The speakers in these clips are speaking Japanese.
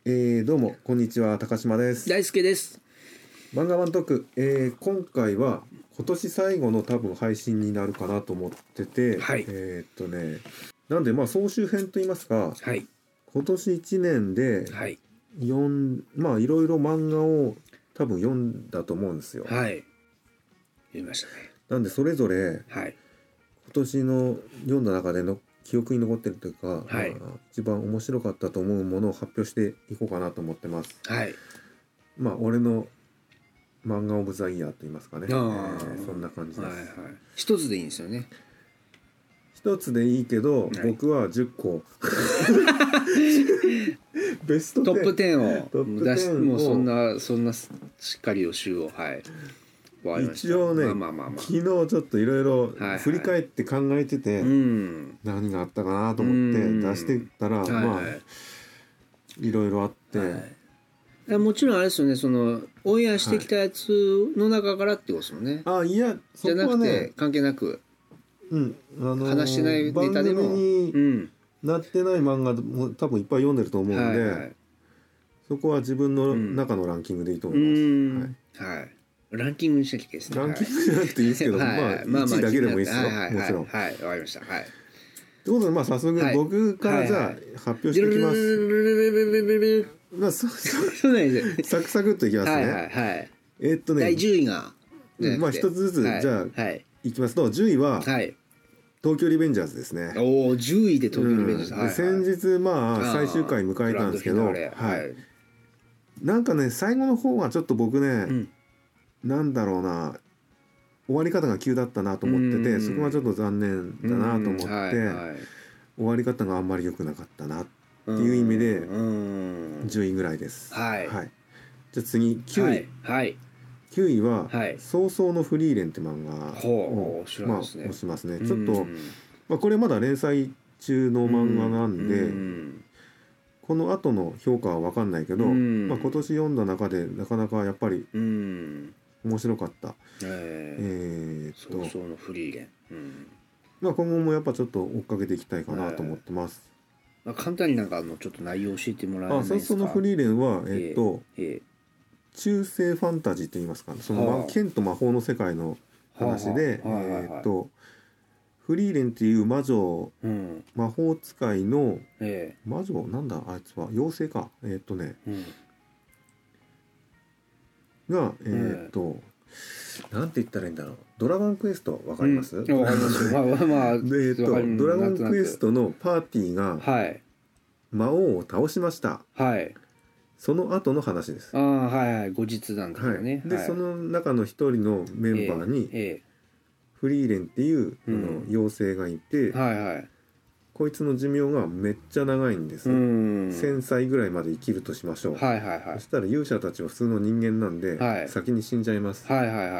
どうもこんにちは、高島です。 大輔です。 漫画ワントーク、今回は今年最後の多分配信になるかなと思ってて、 はいなんでまあ総集編といいますか、 はい。 今年1年ではい。 まあいろいろ漫画を多分読んだと思うんですよ。 はい。読みましたね。 なんでそれぞれはい。 今年の読んだ中での記憶に残ってるというか、 はいまあ、一番面白かったと思うものを発表していこうかなと思ってます。 はい。 まあ俺の漫画オブザイヤーと言いますかね、そんな感じです。 はいはい。一つでいいんですよね。 一つでいいけど、 はい僕は10個ベスト10 トップ10をトップ出し、 10 もうそんをなしっかり予習を、はい。わかりました。 一応ね、 まあ昨日ちょっといろいろはいはい振り返って考えてて、何があったかなと思って出してったら、まあいろいろあって、 もちろんあれですよね、そのオンエアしてきたやつの中からってことですもんね。 いやそこはね、 じゃなくて関係なく、話してないネタでも番組になってない漫画も多分いっぱい読んでると思うんで、そこは自分の中のランキングでいいと思います。 はい。ランキングにしなきゃいけないですね。 ランキングじゃなくていいですけど、まあ1位だけでもいいですよ、もちろん。 はい、わかりました。はい。 ということで、まあ早速僕からじゃあ発表していきます。まあそうなんです。 サクサクっといきますね。 はい。 ね、 第10位がまあ一つずつじゃあいきますと、10位は東京リベンジャーズですね。 おお、10位で東京リベンジャーズ。 先日まあ最終回迎えたんですけど、なんかね最後の方はちょっと僕ね、なんだろうな、終わり方が急だったなと思ってて、そこはちょっと残念だなと思って、終わり方があんまり良くなかったなっていう意味で10位ぐらいです。はい。じゃあ次9位。9位は「早々のフリーレン」って漫画を押しますね。ちょっとまあこれまだ連載中の漫画なんで、この後の評価は分かんないけど、まあ今年読んだ中でなかなかやっぱり面白かった。 早々のフリーレン。 まあ今後もやっぱちょっと追っかけていきたいかなと思ってます。 簡単になんかちょっと内容教えてもらえないですか？ 早々のフリーレンは中世ファンタジーと言いますか、その剣と魔法の世界の話で、フリーレンっていう魔女、魔法使いの魔女、なんだあいつは妖精か、がなんて言ったらいいんだろう、ドラゴンクエストわかります？わかりますよ。ドラゴンクエストのパーティーが魔王を倒しました。その後の話です。 後日なんだよね。 でその中の一人のメンバーにフリーレンっていう妖精がいて、こいつの寿命がめっちゃ長いんです。1000歳ぐらいまで生きるとしましょう。そしたら勇者たちは普通の人間なんで先に死んじゃいます。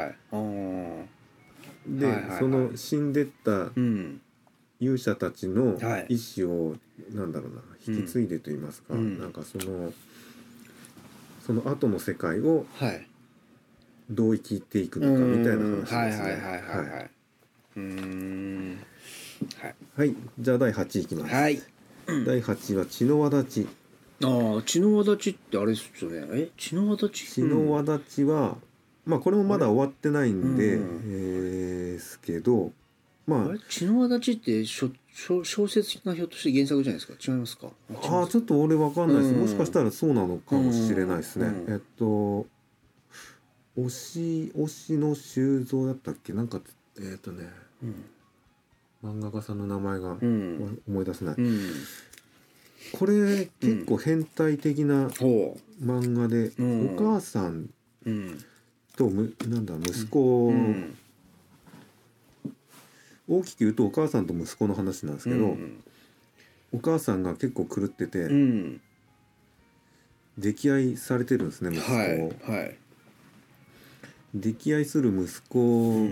でその死んでった勇者たちの意志をなんだろうな、引き継いでと言いますか、なんかその後の世界をどう生きていくのかみたいな話ですね。はい、じゃあ第8位いきます。第8位は血の輪立ち。 血の輪立ちってあれですよね。血の輪立ち。 血の輪立ちはまあこれもまだ終わってないんですけど、まあ血の輪立ちって小説がひょっとして原作じゃないですか？違いますか？ ちょっと俺わかんないです。もしかしたらそうなのかもしれないですね。推しの修造だったっけ、なんか漫画家さんの名前が思い出せない。これ結構変態的な漫画で、お母さんとなんだ息子、大きく言うとお母さんと息子の話なんですけど、お母さんが結構狂ってて溺愛されてるんですね、息子を。溺愛する息子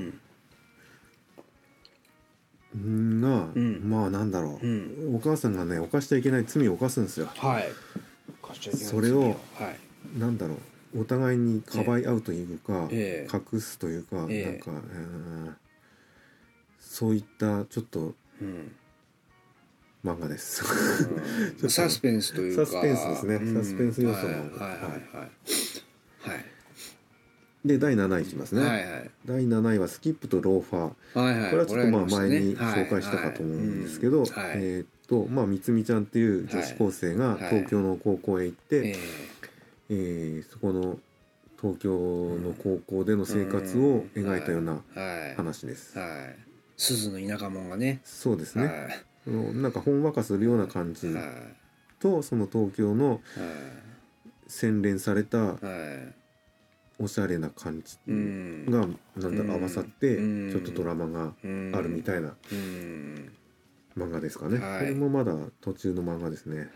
が、まあなんだろう、お母さんがね犯しちゃいけない罪を犯すんですよ。それをなんだろう、お互いにかばい合うというか、隠すというか、なんか、そういったちょっと漫画です。 サスペンスというか。 サスペンスですね。サスペンス要素の。 はい。 で第7位いきますね。第7位はスキップとローファー。これはちょっとまあ前に紹介したかと思うんですけど、まあみつみちゃんっていう女子高生が東京の高校へ行って、そこの東京の高校での生活を描いたような話です。 鈴の田舎者がね。 そうですね。なんかほんわかするような感じと、その東京の洗練されたおしゃれな感じがなんだろう合わさってちょっとドラマがあるみたいな漫画ですかね。これもまだ途中の漫画ですね。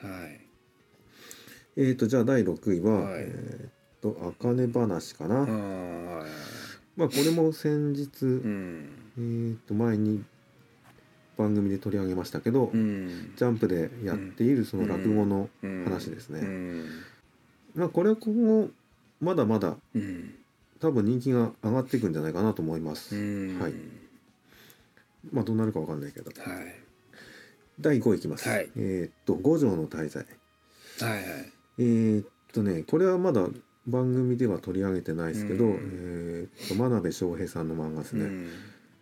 じゃあ第6位はあかね話かな。まあこれも先日前に番組で取り上げましたけど、ジャンプでやっているその落語の話ですね。まあこれは今後まだまだ多分人気が上がっていくんじゃないかなと思います。はい。まあどうなるかわかんないけど。第5位いきます。五条の大罪。これはまだ番組では取り上げてないですけど、真鍋昌平さんの漫画ですね。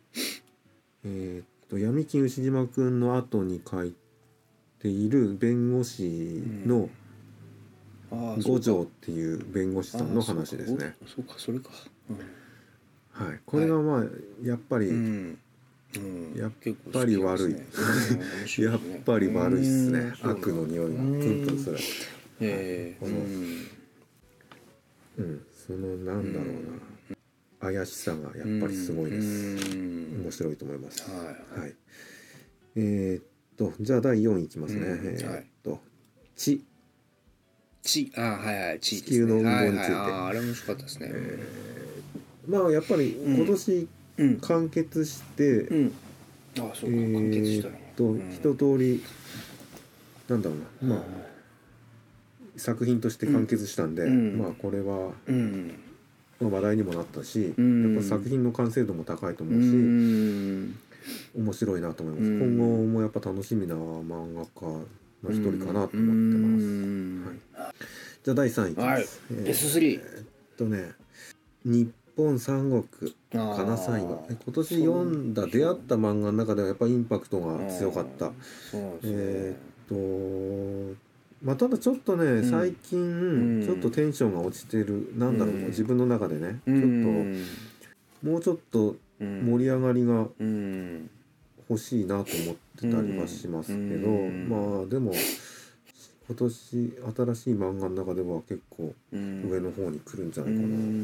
闇金牛島くんの後に書いている弁護士の五条っていう弁護士さんの話ですね。 そうかそれか。 はい。これがまあやっぱりやっぱり悪い。やっぱり悪いっすね。悪の匂いがプンプンする。そのなんだろうな。怪しさがやっぱりすごいです。面白いと思います。はい。じゃあ第4位いきますね。地。 地球の運動について。 あれ面白かったですね。 まあやっぱり今年完結して、一通りなんだろうな、まあ作品として完結したんで、まあこれは話題にもなったし、やっぱ作品の完成度も高いと思うし、面白いなと思います。今後もやっぱ楽しみな漫画家の一人かなと思ってます。じゃあ第3位いきます。 ベスト3。 日本三国かな。3位は今年読んだ出会った漫画の中ではやっぱインパクトが強かった。まあただちょっとね最近ちょっとテンションが落ちてる、なんだろう、自分の中でねちょっともうちょっと盛り上がりが欲しいなと思ってたりはしますけど、まあでも今年新しい漫画の中では結構上の方に来るんじゃないか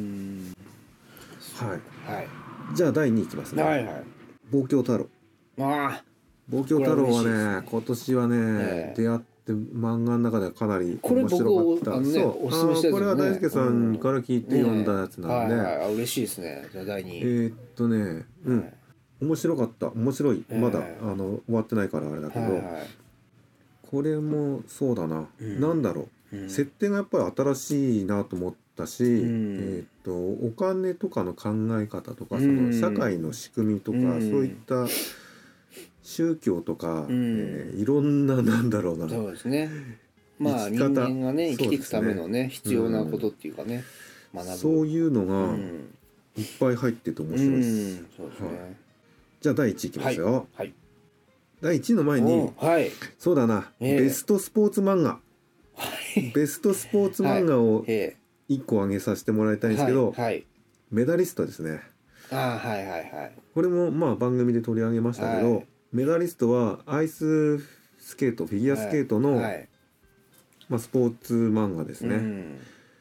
な。はい。じゃあ第2位いきますね。望郷太郎。望郷太郎はね今年はね出会って漫画の中ではかなり面白かった。 おすすめしたやつね。 これは大輔さんから聞いて読んだやつなんで、 嬉しいですね。じゃあ第2位。 面白かった。面白い。まだ終わってないからあれだけど、これもそうだな。なんだろう。設定がやっぱり新しいなと思ったし、お金とかの考え方とか、その社会の仕組みとか、そういった宗教とか、いろんななんだろうな。 そうですね。まあ人間がね生きていくためのね必要なことっていうかね、学ぶ。 そういうのがいっぱい入ってて面白いです。 そうですね。 じゃあ第1位いきますよ。第1位の前に、そうだな、ベストスポーツ漫画。ベストスポーツ漫画を1個挙げさせてもらいたいんですけど、メダリストですね。これもまあ番組で取り上げましたけど、メダリストはアイススケート、フィギュアスケートのまあスポーツ漫画ですね。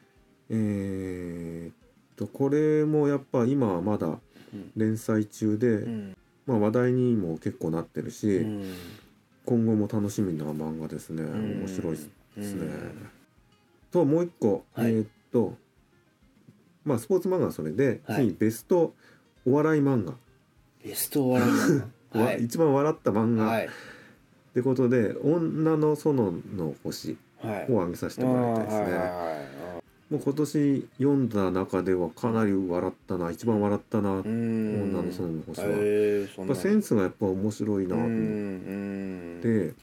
これもやっぱ今はまだ連載中で、まあ話題にも結構なってるし、今後も楽しみな漫画ですね。面白いですね。ともう一個、まあスポーツ漫画はそれで、次ベストお笑い漫画。 ベストお笑い漫画。 一番笑った漫画。ってことで、女の園の星を挙げさせてもらいたいですね。もう今年読んだ中ではかなり笑ったな、一番笑ったな、女の園の星は。やっぱセンスがやっぱ面白いなと思って。 で、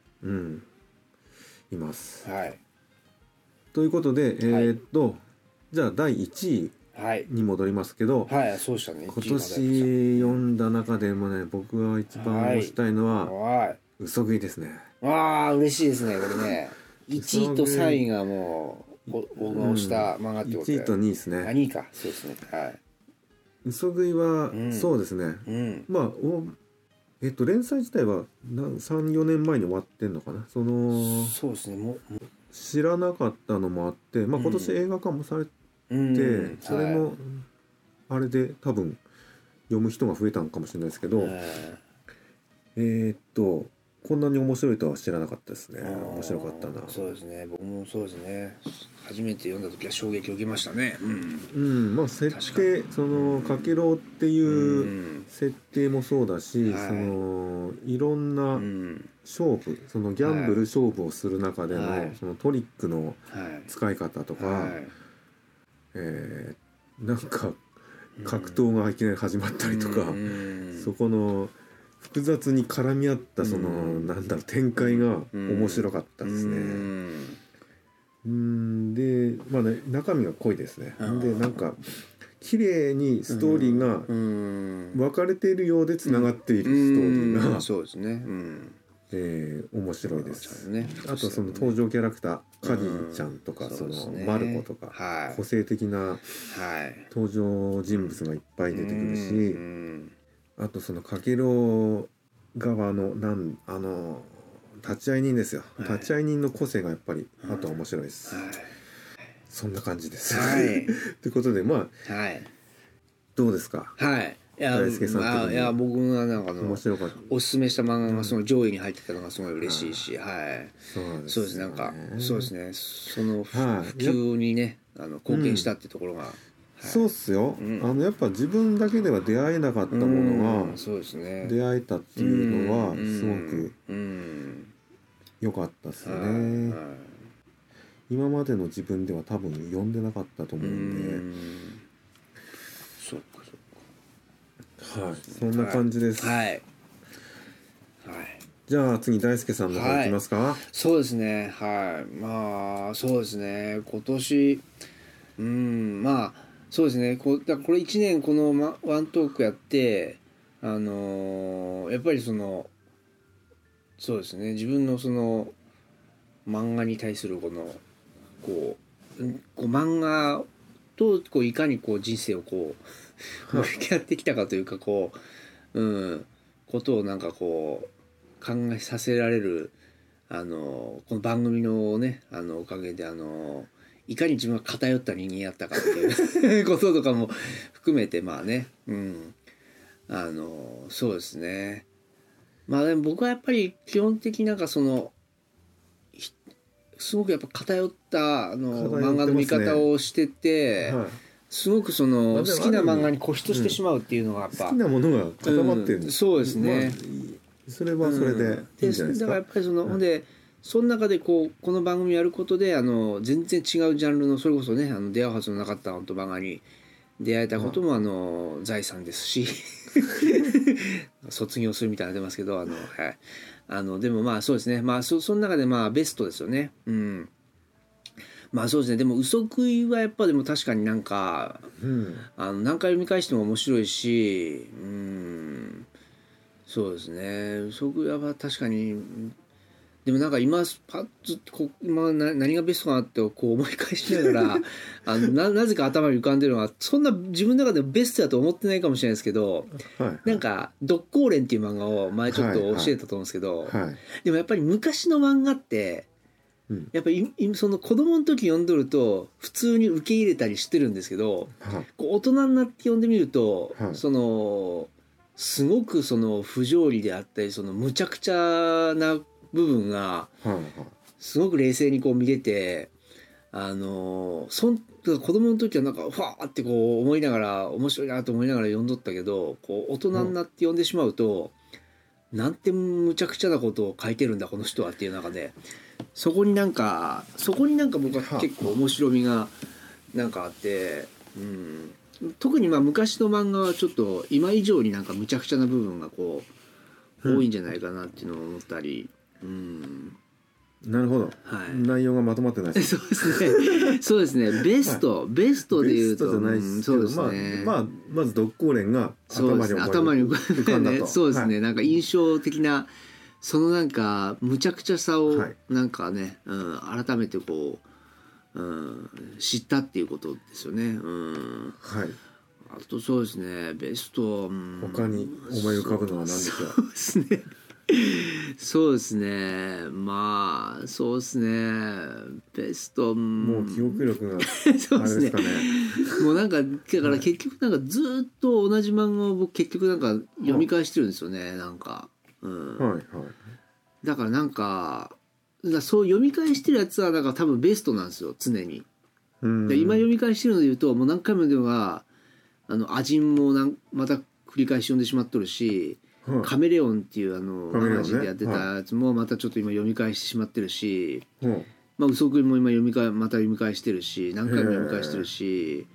います。ということでじゃあ第1位に戻りますけど、 そうしたね、 今年読んだ中でもね、僕が一番推したいのは嘘食いですね。 嬉しいですねこれね。1位と3位がもう僕が推した漫画ってことで、 1位と2位ですね。 2位か、そうですね。 嘘食いは、そうですね、まあ連載自体は3、4年前に終わってんのかな。 そうですね、もう知らなかったのもあって、今年映画化もされて、それもあれで多分読む人が増えたのかもしれないですけど、こんなに面白いとは知らなかったですね。面白かったな。 そうですね、僕もそうですね。初めて読んだ時は衝撃を受けましたね。 まあ設定、かけろうっていう設定もそうだし、いろんな勝負、ギャンブル勝負をする中でのそのトリックの使い方とか、なんか格闘がいきなり始まったりとか、そこの複雑に絡み合ったなんだろう、展開が面白かったですね。でまあね、中身が濃いですね。でなんか綺麗にストーリーが分かれているようでつながっているストーリーがそうですね。 面白いです。あと登場キャラクターカディちゃんとかマルコとか個性的な登場人物がいっぱい出てくるし、あとかけろ側の立ち会い人ですよ。立ち会い人の個性がやっぱりあとは面白いです。そんな感じです。ということでどうですか。大輔さん的に。 いや僕がなんか面白かった。 おすすめした漫画が上位に入ってたのがすごい嬉しいし、そうですね、なんかそうですね、その普及にね貢献したってところが。 そうっすよ。やっぱ自分だけでは出会えなかったものが出会えたっていうのはすごく良かったですね。今までの自分では多分読んでなかったと思うんで。 そっかそっか。 そんな感じです。じゃあ次大輔さんの方行きますか。 そうですね。まあそうですね。今年まあそうですね。これ1年このワントークやってやっぱりそうですね、自分の漫画に対する漫画といかに人生を向き合ってきたかというかことをなんか考えさせられるこの番組のねおかげでいかに自分が偏った人間やったかっていうこととかも含めてそうですね。まあでも僕はやっぱり基本的にすごくやっぱ偏った漫画の見方をしてて、すごく好きな漫画に固執してしまうっていうのがやっぱ好きなものが固まってるんです。 そうですね。 それはそれでいいんじゃないですか。 だからやっぱりほんでその中でこの番組やることで全然違うジャンルのそれこそね出会うはずのなかった本当漫画に出会えたことも財産ですし卒業するみたいなの出ますけどでもまあそうですね、まあその中でベストですよね。まあそうですね。でも嘘食いはやっぱでも確かになんか、何回読み返しても面白いし、そうですね。嘘食いは確かに。でもなんか今パッと今何がベストかなって思い返しながらなぜか頭に浮かんでるのはそんな自分の中でベストだと思ってないかもしれないですけど、なんか「独行連」っていう漫画を前ちょっと教えたと思うんですけど、でもやっぱり昔の漫画ってやっぱりその子供の時読んどると普通に受け入れたりしてるんですけど、大人になって読んでみるとすごく不条理であったりむちゃくちゃな部分がすごく冷静に見れて、子供の時はなんかファーって思いながら面白いなと思いながら読んどったけど大人になって読んでしまうと、なんてむちゃくちゃなことを書いてるんだこの人はっていう中でそこになんか僕は結構面白みがなんかあって、特に昔の漫画はちょっと今以上になんかむちゃくちゃな部分が多いんじゃないかなっていうのを思ったり、 なるほど、 はい、 内容がまとまってないそうですねそうですねベストでいうとそうですね、 まず独行連が頭に浮かんだとそうですね、なんか印象的なそのなんかむちゃくちゃさをなんかね、改めてこう、知ったっていうことですよね。 はい。 あとそうですねベスト、 他に思い浮かぶのは何でしょう。 そうですねそうですねまあそうですねベスト、 もう記憶力がそうですねもうなんかだから結局なんかずっと同じ漫画を僕結局なんか読み返してるんですよねなんか、 はいはい、 だからなんかそう読み返してるやつはなんか多分ベストなんですよ常に。で今読み返してるので言うともう何回もではアジンもまた繰り返し読んでしまっとるし、カメレオンっていうマガジンでやってたやつもまたちょっと今読み返してしまってるし、まあ嘘食いも今また読み返してるし何回も読み返してるし、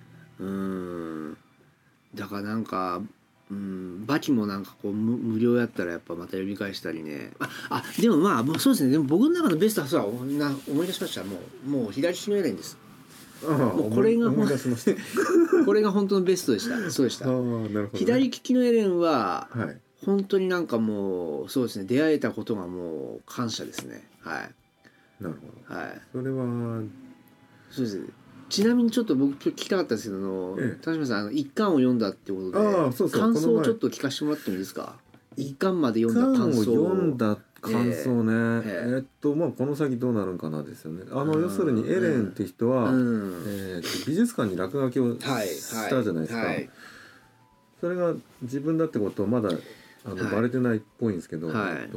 だからなんか、バキもなんかこう無料やったらやっぱまた読み返したりね。でもまあもうそうですね。でも僕の中のベストはそう思い出しました。もう左利きのエレンです。もうこれがこれが本当のベストでした。そうでした。左利きのエレンは、本当になんかもうそうですね出会えたことがもう感謝ですね。はい。 なるほど。 はい。 それはそうです。ちなみにちょっと僕今日聞きたかったんですけど、高島さん一巻を読んだってことで感想をちょっと聞かせてもらってもいいですか。一巻まで読んだ感想。 読んだ感想ね。まあこの先どうなるんかなですよね。要するにエレンって人は、美術館に落書きをしたじゃないですか。それが自分だってことはまだバレてないっぽいんですけど、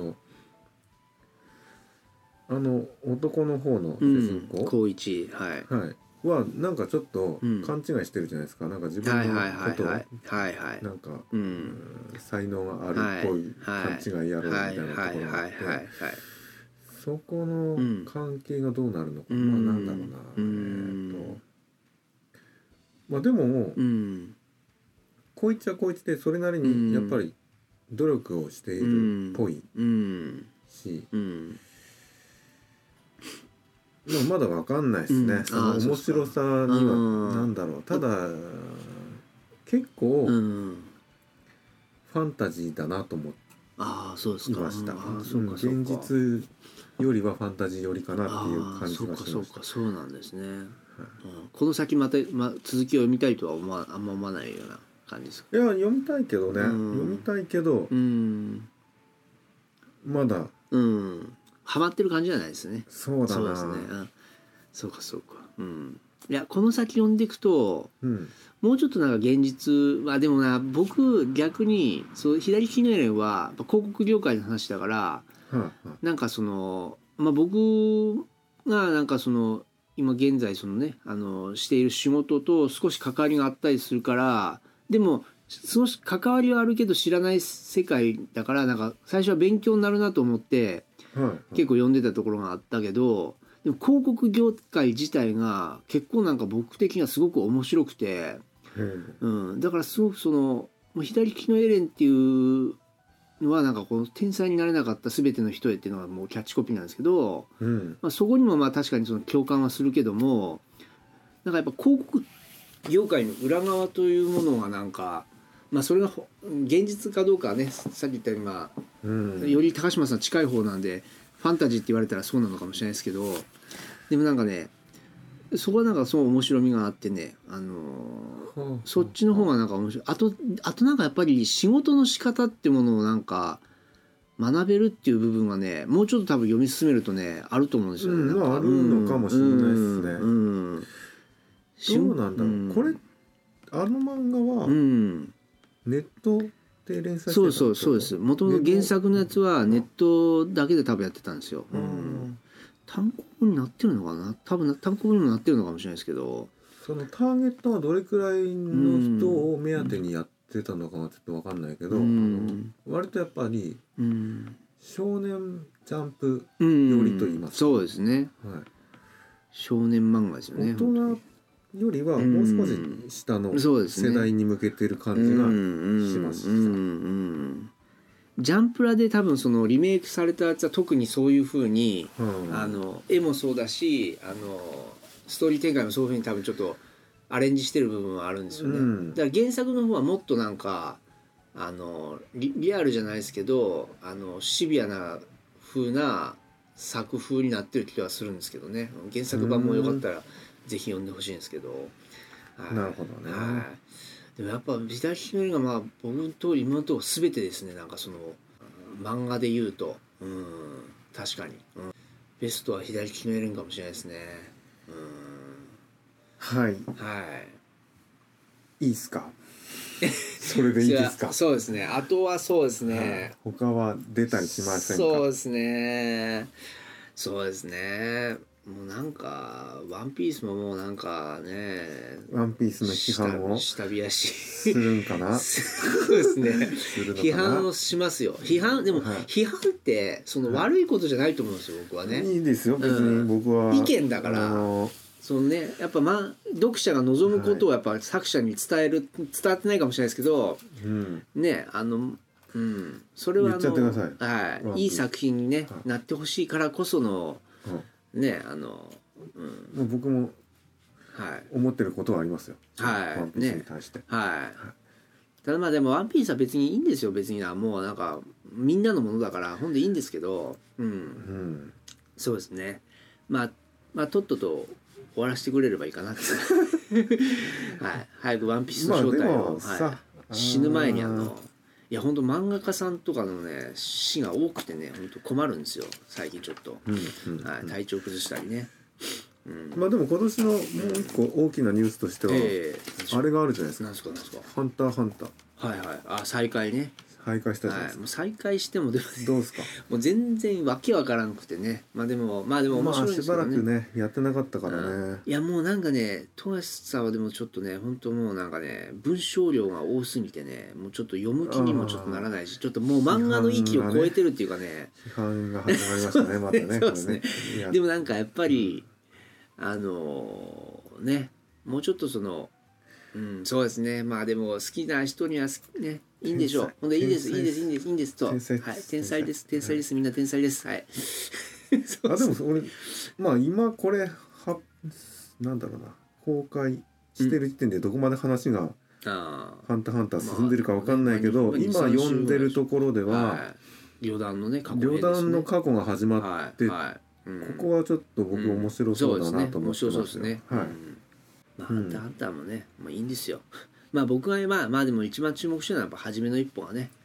男の方の主人公、 光一はなんかちょっと勘違いしてるじゃないですか。なんか自分のことをなんか才能があるっぽい勘違いやろうみたいなところがあって、そこの関係がどうなるのか、まあなんだろうな、まあでもこいつはこいつでそれなりにやっぱり努力をしているっぽいし。でもまだ分かんないですね、その面白さにはなんだろう。ただ結構ファンタジーだなと思いました。現実よりはファンタジー寄りかなっていう感じがしました。 そうなんですね。この先また続きを読みたいとはあんま思わないような感じですか。 いや読みたいけどね、読みたいけどまだハマってる感じじゃないですね。 そうだな。 そうですね。そうか。いやこの先読んでいくと、もうちょっとなんか現実はでもな僕逆にそう左利きのエレンは広告業界の話だから、なんかその僕がなんかその今現在そのねしている仕事と少し関わりがあったりするから、でもその関わりはあるけど知らない世界だからなんか最初は勉強になるなと思って。結構読んでたところがあったけど、でも広告業界自体が結構なんか僕的にはすごく面白くて、だからすごくその左利きのエレンっていうのはなんかこの天才になれなかった全ての人へっていうのがもうキャッチコピーなんですけど、そこにも確かにその共感はするけども、なんかやっぱ広告業界の裏側というものがなんかそれが現実かどうかはねさっき言ったようにより高島さん近い方なんでファンタジーって言われたらそうなのかもしれないですけど、でもなんかねそこはなんかすごい面白みがあってね、そっちの方がなんか面白い。あとなんかやっぱり仕事の仕方ってものをなんか学べるっていう部分がねもうちょっと多分読み進めるとねあると思うんですよね。 あるのかもしれないですね。どうなんだろう。これ漫画はネットで連載してたんですか？ そうです。元々原作のやつはネットだけで多分やってたんですよ。単行本になってるのかな。多分単行本にもなってるのかもしれないですけど、 そのターゲットはどれくらいの人を目当てにやってたのかはちょっと分かんないけど、割とやっぱり少年ジャンプ寄りと言いますか。 そうですね。少年漫画ですよね。 大人よりはもう少し下の世代に向けてる感じがしました。 ジャンプラで多分そのリメイクされたやつは特にそういう風に、絵もそうだしストーリー展開もそういう風に多分ちょっとアレンジしてる部分はあるんですよね、だから原作の方はもっとなんかリアルじゃないですけどシビアな風な作風になってる気がするんですけどね。原作版もよかったらぜひ読んでほしいんですけど、 なるほどね。 でもやっぱ左利きの映画まあ僕と今のところ全てですね。なんかその漫画で言うと確かに、ベストは左利きのエレンかもしれないですね。 はい、いいっすかそれでいいですか。 そうですね。あとはそうですね、 他は出たりしませんか。 そうですね。もうなんかワンピースももうなんかね、 ワンピースの批判を下火やしするんかなそうですね批判をしますよ。批判でも、批判ってその悪いことじゃないと思うんですよ、僕はね。 いいですよ別に、僕は意見だからそのね、やっぱ読者が望むことをやっぱ作者に伝わってないかもしれないですけど、ねそれは言っちゃってください、いい作品に、ねなってほしいからこその、ね僕も思ってることはありますよ、ワンピースに対して。 ただまあでもワンピースは別にいいんですよ。別にもうなんかみんなのものだからほんでいいんですけど、そうですね。まあとっとと終わらせてくれればいいかなって早くワンピースの正体を、死ぬ前にいや本当漫画家さんとかのね死が多くてね本当困るんですよ最近ちょっと、体調崩したりね。 まあでも今年のもう一個大きなニュースとしては、あれがあるじゃないですか。 なんですか。 ハンターハンター。再開ね。 再開したじゃないですか。 もう再開してもでもどうですか。 もう全然わけわからんくてね。まあでも面白いですけどね。 しばらくねやってなかったからね。 いやもうなんかね富樫さんはでもちょっとね本当もうなんかね文章量が多すぎてねもうちょっと読む気にもちょっとならないし、ちょっともう漫画の域を超えてるっていうかね。 批判が始まりましたねまたね。 そうですね。でもなんかやっぱりねもうちょっとそのそうですね。まあでも好きな人にはねいいんでしょう。ほんでいいですと。天才ですみんな天才です。 でも俺まあ今これなんだろうな公開してる時点でどこまで話がハンターハンター進んでるかわかんないけど、今読んでるところでは旅団の過去が始まって、ここはちょっと僕面白そうだなと思ってますね。 ハンターハンターもねいいんですよ。まあ僕がまあでも一番注目してるのはやっぱ初めの一歩がね、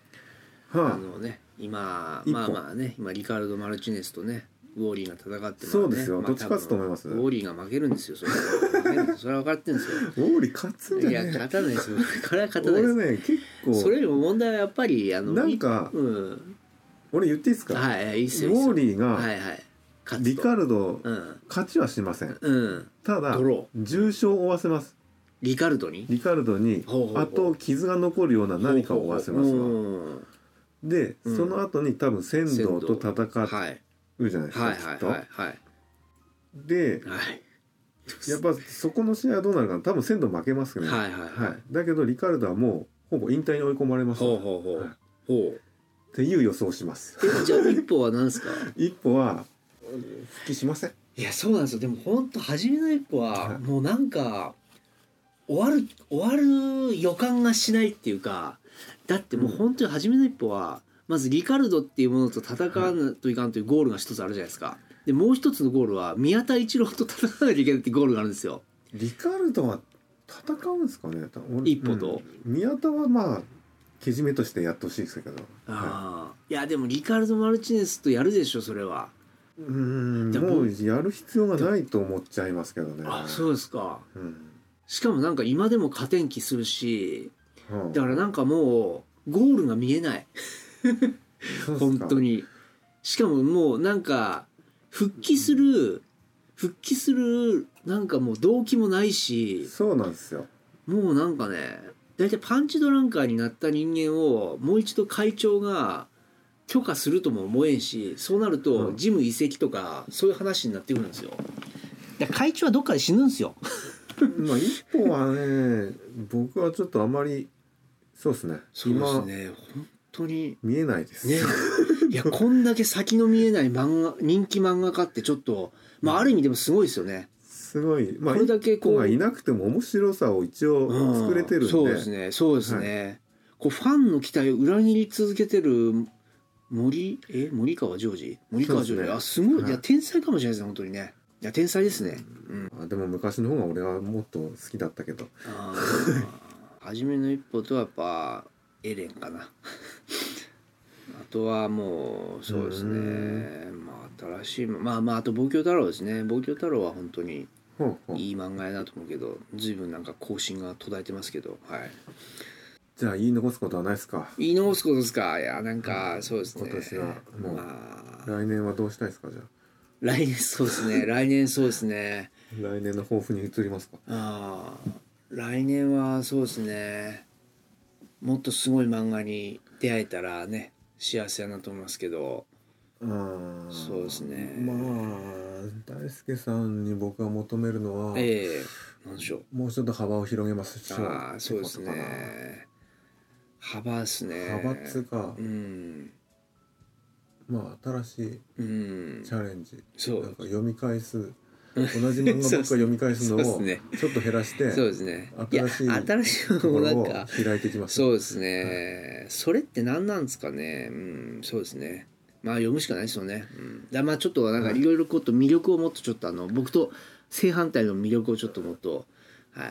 今リカルド・マルチネスとねウォーリーが戦ってそうですよ。どっち勝つと思います。 ウォーリーが負けるんですよ。それは分かってるんですよ。 ウォーリー勝つんじゃない。 いや勝たないですよ。これは勝たないです。 俺ね結構それよりも問題はやっぱりなんか俺言っていいですか。 いいっすよ。 ウォーリーがリカルド勝ちはしません。ただ重傷を負わせます。リカルドにあと傷が残るような何かを負わせますわ。でその後に多分仙道と戦うじゃないですかきっと。でやっぱそこの試合はどうなるかな。多分仙道負けますけどね。だけどリカルドはもうほぼ引退に追い込まれます。っていう予想します。 じゃあ一歩は何ですか。 一歩は復帰しません。 いやそうなんですよ。でも本当初めの一歩はもうなんか終わる予感がしないっていうか、だってもう本当に初めの一歩はまずリカルドっていうものと戦わないといかんというゴールが一つあるじゃないですか。でもう一つのゴールは宮田一郎と戦わなきゃいけないっていうゴールがあるんですよ。 リカルドは戦うんですかね。 一歩と、 宮田はまあけじめとしてやってほしいですけど。 いやでもリカルド・マルチネスとやるでしょそれは。 もうやる必要がないと思っちゃいますけどね。 そうですか。しかもなんか今でも加点気するし、だからなんかもうゴールが見えない本当に。しかももうなんか復帰するなんかもう動機もないし。 そうなんですよ。 もうなんかねだいたいパンチドランカーになった人間をもう一度会長が許可するとも思えんし、そうなるとジム移籍とかそういう話になってくるんですよ。会長はどっかで死ぬんですよまあ一歩はね僕はちょっとあまりそうですね。 そうですね。本当に見えないですね。いやこんだけ先の見えない人気漫画家ってちょっとまあある意味でもすごいですよね。 すごい、まあ、 これだけこう一個がいなくても面白さを一応作れてるんで、 そうですねそうですね、はい、こうファンの期待を裏切り続けてる森川ジョージ、ね、あすごい、はい、いや天才かもしれないですね本当にね。いや天才ですね、 でも昔の方が俺はもっと好きだったけど初めの一歩とはやっぱエレンかなあとはもうそうですね、まあ新しいまああと望郷太郎ですね。望郷太郎は本当にいい漫画やなと思うけど随分なんか更新が途絶えてますけど、はい。 じゃあ言い残すことはないですか。 言い残すことですか。いやなんかそうですね、 私はもう、来年はどうしたいですか。じゃあ来年そうですね来年そうですね来年の抱負に移りますか。 来年はそうですねもっとすごい漫画に出会えたらね幸せやなと思いますけど、そうですね。 まあ大輔さんに僕が求めるのは、 なんでしょう、 もうちょっと幅を広げますしょう。 そうですね。幅ですね。 派閥が、まあ新しいチャレンジ、なんか読み返す同じ漫画ばっか読み返すのをちょっと減らしてそうですね新しいところを開いてきます。 そうですね、それって何なんですかね。そうですね、まあ読むしかないですよね。まあちょっとなんかいろいろこと魅力をもっとちょっと僕と正反対の魅力をちょっともっと、はい、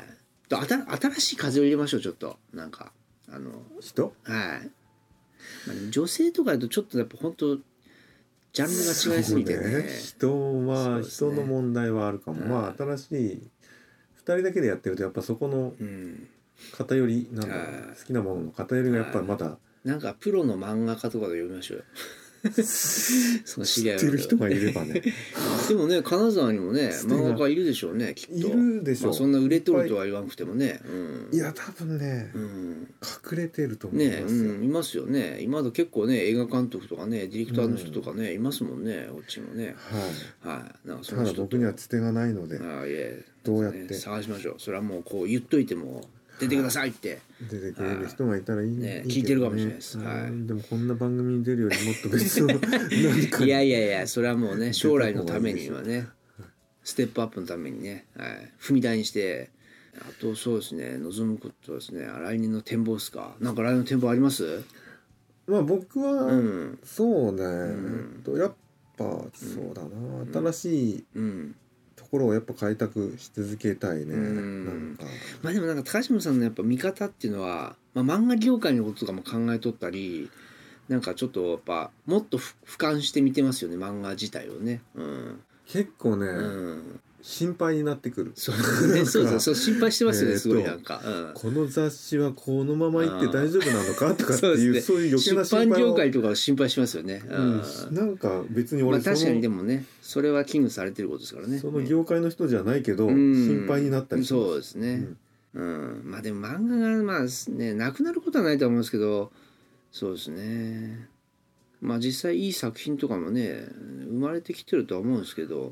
新しい風を入れましょう。ちょっとなんか人、 はい、まあ、女性とかだとちょっとやっぱ本当ジャンルが違いすぎてね。 人は、人の問題はあるかも。まあ新しい2人だけでやってるとやっぱそこの偏りなんだろう、好きなものの偏りがやっぱりまだなんかプロの漫画家とかで読みましょうよその知り合い知ってる人がいればねでもね金沢にもね漫画家いるでしょうねきっと。 いるでしょう、 まあ、そんな売れとるとは言わなくてもね、 いや多分ね、隠れてると思いますよ、 いますよね。今だ結構ね映画監督とかねディレクターの人とかね、いますもんねこっちもね。なんかその人とただ僕にはつてがないので、どうやって探しましょう。それはもうこう言っといても出てくださいって出てくれる人がいたらいいね。 聞いてるかもしれないです。 でもこんな番組に出るよりもっと別の何かいやそれはもうね将来のためにはねステップアップのためにね、踏み台にして。あとそうですね望むことはですね来年の展望ですか。なんか来年の展望あります？ まあ僕は、そうね、やっぱそうだな、新しいところをやっぱ開拓し続けたいね。なんかまあでもなんか高島さんのやっぱ見方っていうのは、漫画業界のこととかも考えとったりなんかちょっとやっぱもっと俯瞰して見てますよね漫画自体をね。 結構ね、心配になってくる。 そう心配してますよね、すごいなんか、 この雑誌はこのままいって大丈夫なのかとかっていうそういう余計な心配を出版業界とか心配しますよね。 なんか別に俺確かにでもねそれは危惧されてることですからね。 その業界の人じゃないけど心配になったりします。 そうですね。まあでも漫画がまあねなくなることはないと思うんですけど、そうですね。まあ実際いい作品とかもね生まれてきてるとは思うんですけど。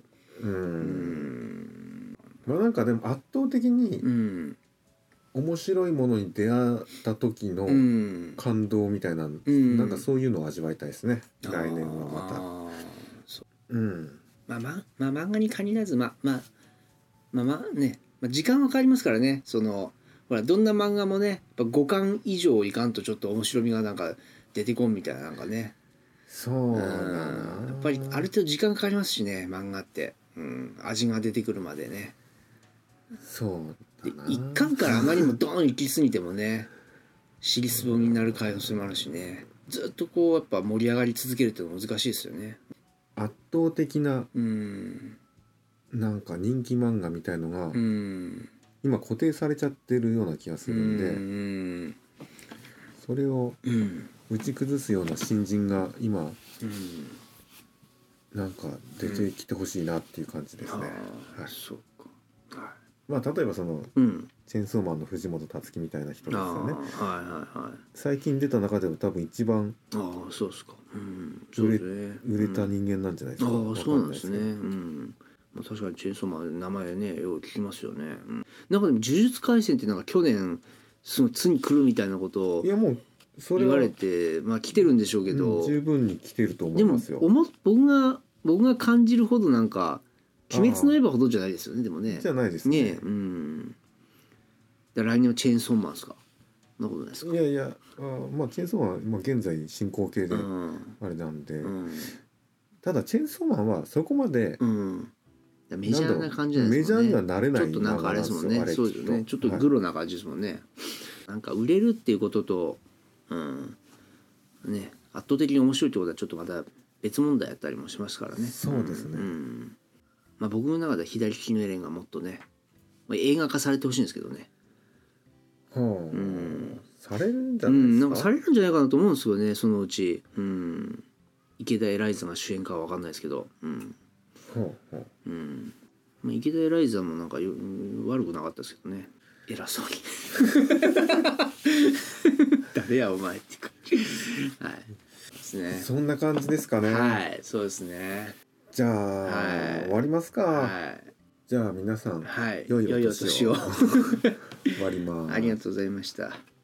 まあなんかでも圧倒的に面白いものに出会った時の感動みたいな、なんかそういうのを味わいたいですね。来年はまた。 まあ漫画に限らずまあね、時間はかかりますからね。そのほらどんな漫画もねやっぱ5巻以上いかんとちょっと面白みがなんか出てこんみたいななんかね。 そうだな。 やっぱりある程度時間かかりますしね漫画って。味が出てくるまでね。 そうだな。 一巻からあまりにもドーン行き過ぎてもね尻すぼみになる可能性もあるしね。ずっとこうやっぱ盛り上がり続けるっていうのは難しいですよね。 圧倒的ななんか人気漫画みたいのが今固定されちゃってるような気がするんで、それを打ち崩すような新人が今なんか出てきてほしいなっていう感じですね。 そうか。 まあ例えばそのチェンソーマンの藤本つ樹みたいな人ですよね。最近出た中でも多分一番そうですか。 売れた人間なんじゃないですか。 そうなんですね。確かにチェンソーマン名前ねよく聞きますよね。なんかでも呪術廻戦ってなんか去年すごいつに来るみたいなことをいやもう言われて、まあ来てるんでしょうけど、 十分に来てると思いますよ。 でも僕が感じるほどなんか鬼滅の刃ほどじゃないですよね。でもねじゃないですね。 ね、うん。来年のチェーンソーマンですか。そんなことないですか。 いやいや、まあチェーンソーマンは、まあ、現在進行形であれなんで、ただチェーンソーマンはそこまで、 メジャーな感じじゃないですもんね。 メジャーにはなれない。 ちょっとなんかあれですもんね。そうですよね。ちょっとグロな感じですもんね。なんか売れるっていうことと、ね、圧倒的に面白いってことはちょっとまた別問題やったりもしますからね。 そうですね。 まあ僕の中では左利きのエレンがもっとね、映画化されてほしいんですけどね。 されるんじゃないですか。 なんかされるんじゃないかなと思うんですよね、そのうち。池田エライザが主演かは分かんないですけど。まあ、池田エライザもなんか悪くなかったですけどね。偉そうに。誰やお前っていうか。はい。ですね。 そんな感じですかね。 はい、そうですね。 じゃあ、終わりますか。はい。じゃあ皆さん、良いお年を。終わります。 ありがとうございました。